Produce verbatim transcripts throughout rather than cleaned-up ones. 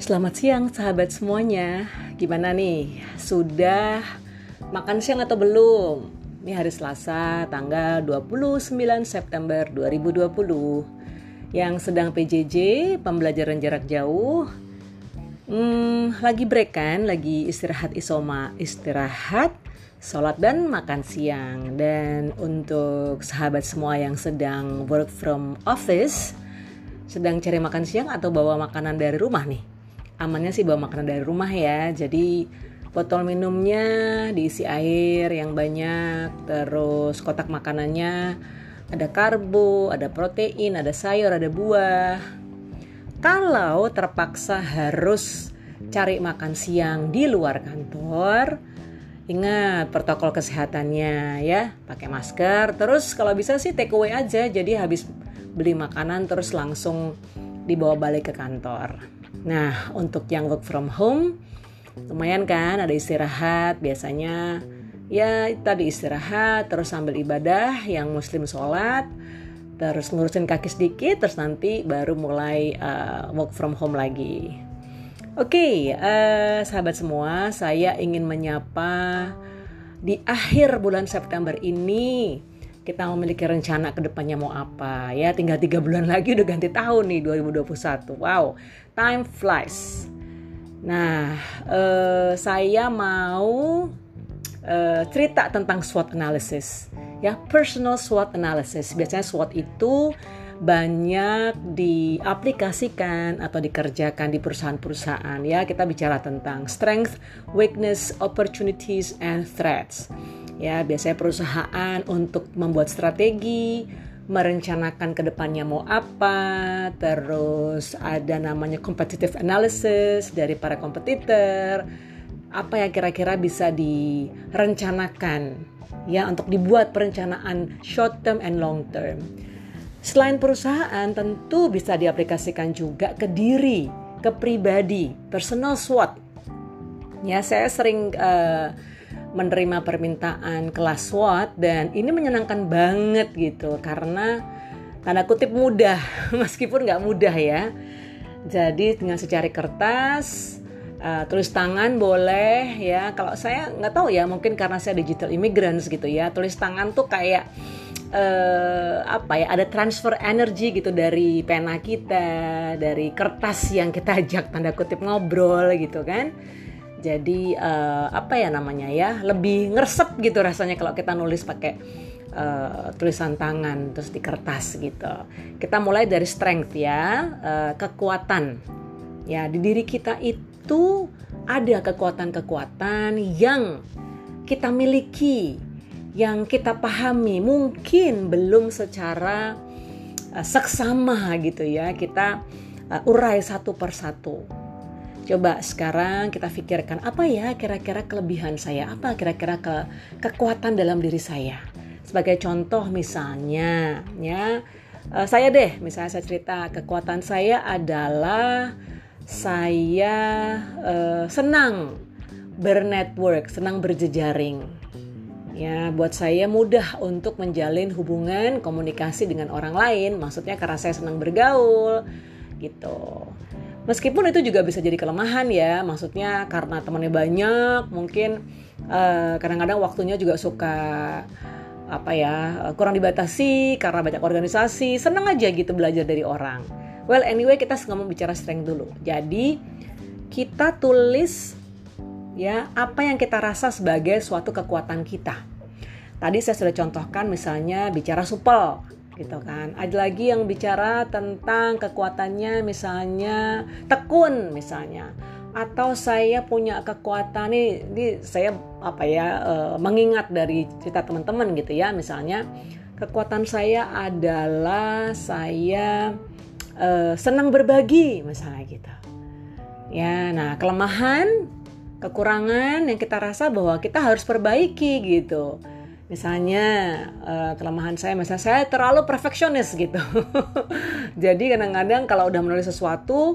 Selamat siang sahabat semuanya. Gimana nih? Sudah makan siang atau belum? Ini hari Selasa tanggal dua puluh sembilan September dua ribu dua puluh. Yang sedang P J J, pembelajaran jarak jauh. Hmm, lagi break kan? Lagi istirahat isoma, istirahat, sholat dan makan siang. Dan untuk sahabat semua yang sedang work from office, sedang cari makan siang atau bawa makanan dari rumah nih? Amannya sih bawa makanan dari rumah ya. Jadi botol minumnya diisi air yang banyak, terus kotak makanannya ada karbo, ada protein, ada sayur, ada buah. Kalau terpaksa harus cari makan siang di luar kantor, ingat protokol kesehatannya ya, pakai masker. Terus kalau bisa sih take away aja, jadi habis beli makanan terus langsung dibawa balik ke kantor. Nah, untuk yang work from home, lumayan kan, ada istirahat biasanya. Ya, tadi istirahat, terus sambil ibadah, yang muslim sholat, terus ngurusin kaki sedikit, terus nanti baru mulai uh, work from home lagi. Oke, okay, uh, sahabat semua, saya ingin menyapa di akhir bulan September ini. Kita memiliki rencana ke depannya mau apa ya, tinggal tiga bulan lagi udah ganti tahun nih dua ribu dua puluh satu. Wow, time flies. Nah, eh, saya mau eh, cerita tentang SWOT analysis ya, personal SWOT analysis. Biasanya SWOT itu banyak diaplikasikan atau dikerjakan di perusahaan-perusahaan ya. Kita bicara tentang strength, weakness, opportunities, and threats. Ya, biasanya perusahaan untuk membuat strategi, merencanakan ke depannya mau apa, terus ada namanya competitive analysis dari para kompetitor, apa yang kira-kira bisa direncanakan ya untuk dibuat perencanaan short term and long term. Selain perusahaan, tentu bisa diaplikasikan juga ke diri, ke pribadi, personal SWOT. Ya, saya sering uh, menerima permintaan kelas SWOT dan ini menyenangkan banget gitu karena tanda kutip mudah meskipun nggak mudah ya. Jadi dengan secari kertas, uh, tulis tangan boleh ya. Kalau saya nggak tahu ya, mungkin karena saya digital immigrants gitu ya, tulis tangan tuh kayak uh, apa ya, ada transfer energi gitu dari pena kita, dari kertas yang kita ajak tanda kutip ngobrol gitu kan. Jadi uh, apa ya namanya ya, lebih ngeresep gitu rasanya kalau kita nulis pakai uh, tulisan tangan terus di kertas gitu. Kita mulai dari strength ya, uh, kekuatan. Ya, di diri kita itu ada kekuatan-kekuatan yang kita miliki, yang kita pahami, mungkin belum secara uh, seksama gitu ya. Kita uh, urai satu persatu. Coba sekarang kita pikirkan, apa ya kira-kira kelebihan saya, apa kira-kira ke, kekuatan dalam diri saya. Sebagai contoh misalnya, ya uh, saya deh, misalnya saya cerita, kekuatan saya adalah saya uh, senang bernetwork, senang berjejaring. Ya, buat saya mudah untuk menjalin hubungan komunikasi dengan orang lain, maksudnya karena saya senang bergaul, gitu. Meskipun itu juga bisa jadi kelemahan ya, maksudnya karena temannya banyak, mungkin uh, kadang-kadang waktunya juga suka apa ya, kurang dibatasi karena banyak organisasi, senang aja gitu belajar dari orang. Well anyway, kita ngomong bicara strength dulu. Jadi kita tulis ya apa yang kita rasa sebagai suatu kekuatan kita. Tadi saya sudah contohkan misalnya bicara supel gitu kan. Ada lagi yang bicara tentang kekuatannya misalnya tekun misalnya, atau saya punya kekuatan nih, ini saya apa ya uh, mengingat dari cerita teman-teman gitu ya, misalnya kekuatan saya adalah saya uh, senang berbagi misalnya gitu ya. Nah, kelemahan, kekurangan yang kita rasa bahwa kita harus perbaiki gitu. Misalnya uh, kelemahan saya, misalnya saya terlalu perfeksionis gitu. Jadi kadang-kadang kalau udah menulis sesuatu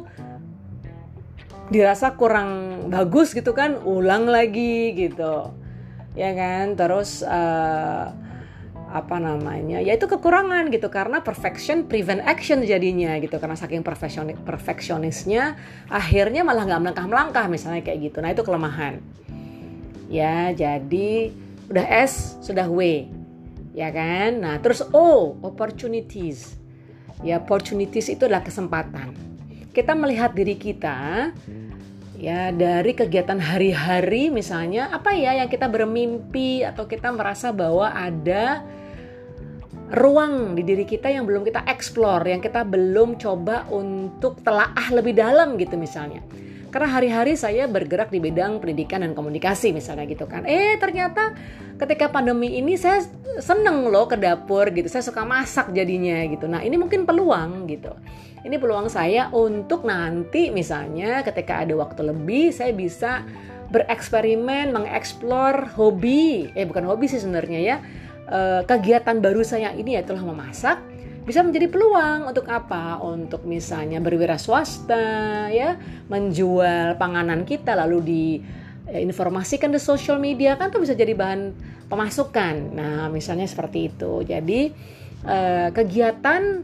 dirasa kurang bagus gitu kan, ulang lagi gitu, ya kan. Terus uh, apa namanya, ya itu kekurangan gitu, karena perfection prevent action jadinya gitu, karena saking perfeksionis perfeksionisnya akhirnya malah nggak melangkah-melangkah misalnya kayak gitu. Nah itu kelemahan ya. Jadi udah S sudah W ya kan. Nah terus O, opportunities ya. Opportunities itu adalah kesempatan kita melihat diri kita ya dari kegiatan hari-hari, misalnya apa ya yang kita bermimpi atau kita merasa bahwa ada ruang di diri kita yang belum kita explore, yang kita belum coba untuk telaah lebih dalam gitu misalnya. Karena hari-hari saya bergerak di bidang pendidikan dan komunikasi misalnya gitu kan. Eh ternyata ketika pandemi ini saya seneng loh ke dapur gitu. Saya suka masak jadinya gitu. Nah ini mungkin peluang gitu. Ini peluang saya untuk nanti misalnya ketika ada waktu lebih saya bisa bereksperimen, mengeksplor hobi. Eh bukan hobi sih sebenarnya ya. E, kegiatan baru saya ini yaitu memasak. Bisa menjadi peluang untuk apa? Untuk misalnya berwira swasta ya, menjual panganan kita lalu diinformasikan di social media, kan tuh bisa jadi bahan pemasukan. Nah, misalnya seperti itu. Jadi eh, kegiatan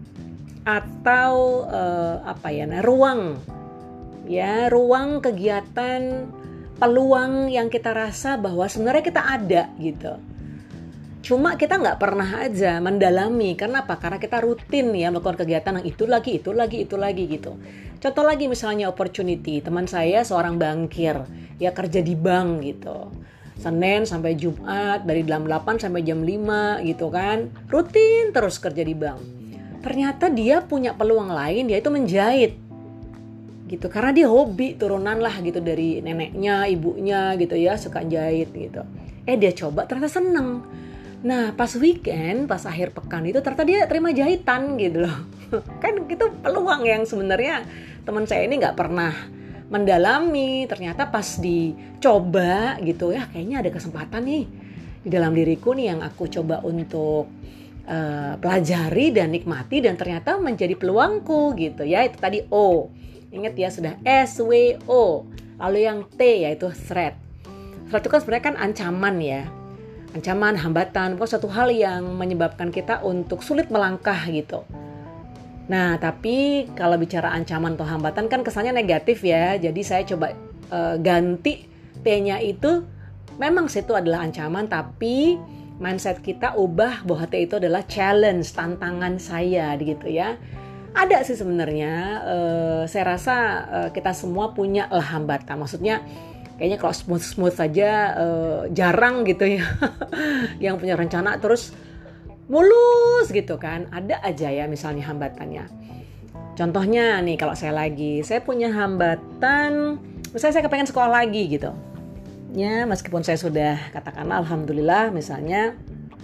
atau eh, apa ya, nah, ruang ya, ruang kegiatan, peluang yang kita rasa bahwa sebenarnya kita ada gitu. Cuma kita nggak pernah aja mendalami. Karena apa? Karena kita rutin ya melakukan kegiatan yang itu lagi, itu lagi, itu lagi gitu. Contoh lagi misalnya opportunity. Teman saya seorang bankir, ya kerja di bank gitu. Senin sampai Jumat dari jam delapan sampai jam lima gitu kan. Rutin terus kerja di bank. Ternyata dia punya peluang lain, yaitu menjahit. Gitu. Karena dia hobi turunan lah gitu dari neneknya, ibunya gitu ya, suka jahit gitu. Eh dia coba ternyata seneng. Nah pas weekend, pas akhir pekan itu ternyata dia terima jahitan gitu loh. Kan itu peluang yang sebenarnya teman saya ini gak pernah mendalami. Ternyata pas dicoba gitu ya, kayaknya ada kesempatan nih di dalam diriku nih yang aku coba untuk uh, pelajari dan nikmati, dan ternyata menjadi peluangku gitu ya. Itu tadi O. Ingat ya, sudah S, W, O. Lalu yang T yaitu threat. Threat itu kan sebenarnya kan ancaman ya. Ancaman, hambatan, pokoknya suatu hal yang menyebabkan kita untuk sulit melangkah gitu. Nah, tapi kalau bicara ancaman atau hambatan kan kesannya negatif ya. Jadi saya coba uh, ganti T-nya itu, memang situ adalah ancaman, tapi mindset kita ubah bahwa T itu adalah challenge, tantangan saya gitu ya. Ada sih sebenarnya, uh, saya rasa uh, kita semua punya lah hambatan. Maksudnya kayaknya kalau smooth-smooth saja uh, jarang gitu ya. Yang punya rencana terus mulus gitu kan. Ada aja ya misalnya hambatannya. Contohnya nih kalau saya lagi, saya punya hambatan, misalnya saya kepengen sekolah lagi gitu. Ya meskipun saya sudah katakanlah alhamdulillah misalnya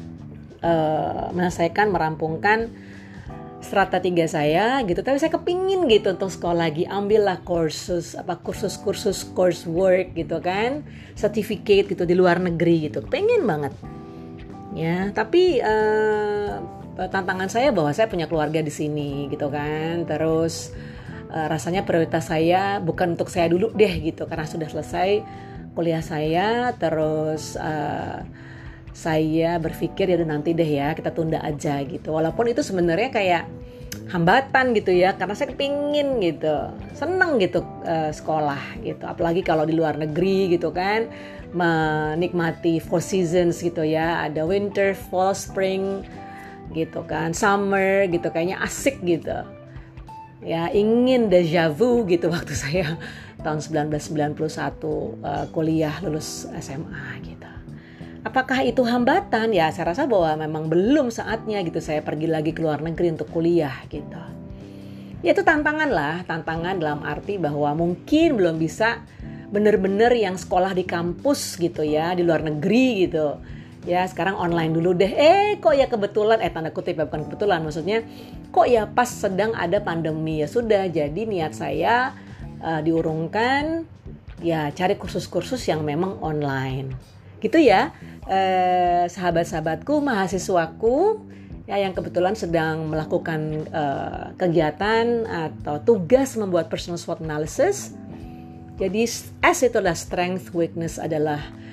uh, menyelesaikan, merampungkan strata tiga saya gitu, tapi saya kepingin gitu untuk sekolah lagi, ambillah kursus apa kursus-kursus coursework gitu kan, certificate gitu di luar negeri gitu, pengen banget ya. Tapi uh, tantangan saya bahwa saya punya keluarga di sini gitu kan, terus uh, rasanya prioritas saya bukan untuk saya dulu deh gitu, karena sudah selesai kuliah saya, terus uh, saya berpikir ya udah nanti deh ya, kita tunda aja gitu. Walaupun itu sebenarnya kayak hambatan gitu ya, karena saya kepingin gitu, seneng gitu uh, sekolah gitu. Apalagi kalau di luar negeri gitu kan, menikmati four seasons gitu ya, ada winter, fall, spring gitu kan, summer gitu, kayaknya asik gitu. Ya ingin deja vu gitu waktu saya tahun sembilan belas sembilan puluh satu uh, kuliah lulus S M A gitu. Apakah itu hambatan? Ya saya rasa bahwa memang belum saatnya gitu saya pergi lagi ke luar negeri untuk kuliah gitu. Ya itu tantangan lah, tantangan dalam arti bahwa mungkin belum bisa benar-benar yang sekolah di kampus gitu ya, di luar negeri gitu. Ya sekarang online dulu deh. Eh kok ya kebetulan, eh tanda kutip ya, bukan kebetulan, maksudnya kok ya pas sedang ada pandemi, ya sudah, jadi niat saya uh, diurungkan ya cari kursus-kursus yang memang online. Gitu ya, eh, sahabat-sahabatku, mahasiswaku ya yang kebetulan sedang melakukan eh, kegiatan atau tugas membuat personal SWOT analysis. Jadi S itu adalah strength, weakness adalah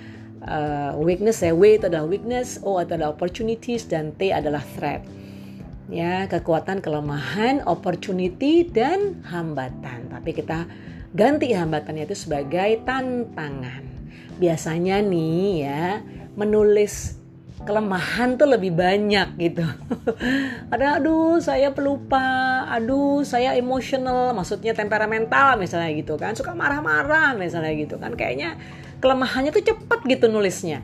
uh, weakness ya, W itu adalah weakness, O itu adalah opportunities, dan T adalah threat. Ya, kekuatan, kelemahan, opportunity, dan hambatan. Tapi kita ganti hambatannya itu sebagai tantangan. Biasanya nih ya, menulis kelemahan tuh lebih banyak gitu. Ada aduh saya pelupa, aduh saya emotional, maksudnya temperamental misalnya gitu kan, suka marah-marah misalnya gitu kan. Kayaknya kelemahannya tuh cepet gitu nulisnya.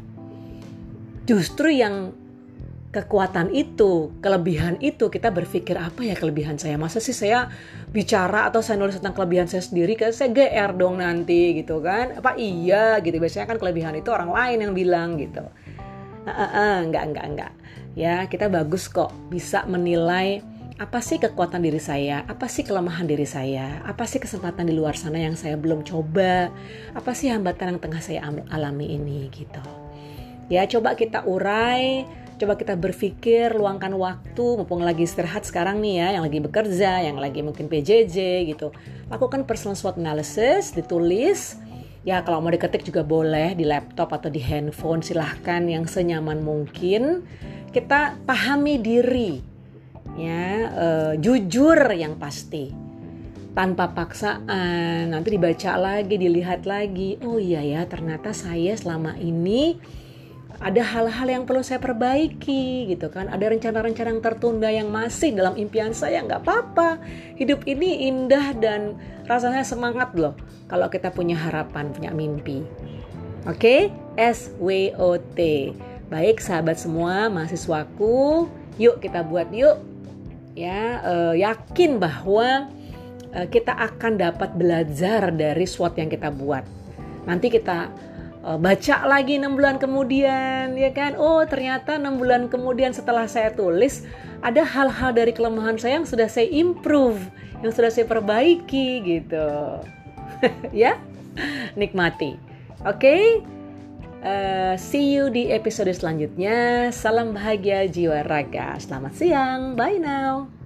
Justru yang kekuatan itu, kelebihan itu, kita berpikir apa ya kelebihan saya? Masa sih saya bicara atau saya nulis tentang kelebihan saya sendiri, kan saya G R dong nanti gitu kan? Apa iya gitu? Biasanya kan kelebihan itu orang lain yang bilang gitu. Uh, uh, uh, enggak, enggak, enggak. Ya, kita bagus kok bisa menilai apa sih kekuatan diri saya, apa sih kelemahan diri saya, apa sih kesempatan di luar sana yang saya belum coba, apa sih hambatan yang tengah saya alami ini gitu. Ya, coba kita urai. Coba kita berpikir, luangkan waktu, mumpung lagi istirahat sekarang nih ya, yang lagi bekerja, yang lagi mungkin P J J gitu. Lakukan personal SWOT analysis, ditulis. Ya kalau mau diketik juga boleh di laptop atau di handphone, silahkan yang senyaman mungkin. Kita pahami diri, ya uh, jujur yang pasti. Tanpa paksaan, nanti dibaca lagi, dilihat lagi. Oh iya ya, ternyata saya selama ini ada hal-hal yang perlu saya perbaiki gitu kan. Ada rencana-rencana yang tertunda yang masih dalam impian saya. Gak apa-apa, hidup ini indah dan rasanya semangat loh kalau kita punya harapan, punya mimpi. Oke, S W O T. Baik sahabat semua, mahasiswaku, yuk kita buat yuk. Ya, eh, yakin bahwa eh, kita akan dapat belajar dari SWOT yang kita buat. Nanti kita baca lagi enam bulan kemudian, ya kan? Oh ternyata enam bulan kemudian setelah saya tulis, ada hal-hal dari kelemahan saya yang sudah saya improve, yang sudah saya perbaiki gitu. Ya, nikmati. Oke, okay? uh, see you di episode selanjutnya. Salam bahagia jiwa raga. Selamat siang, bye now.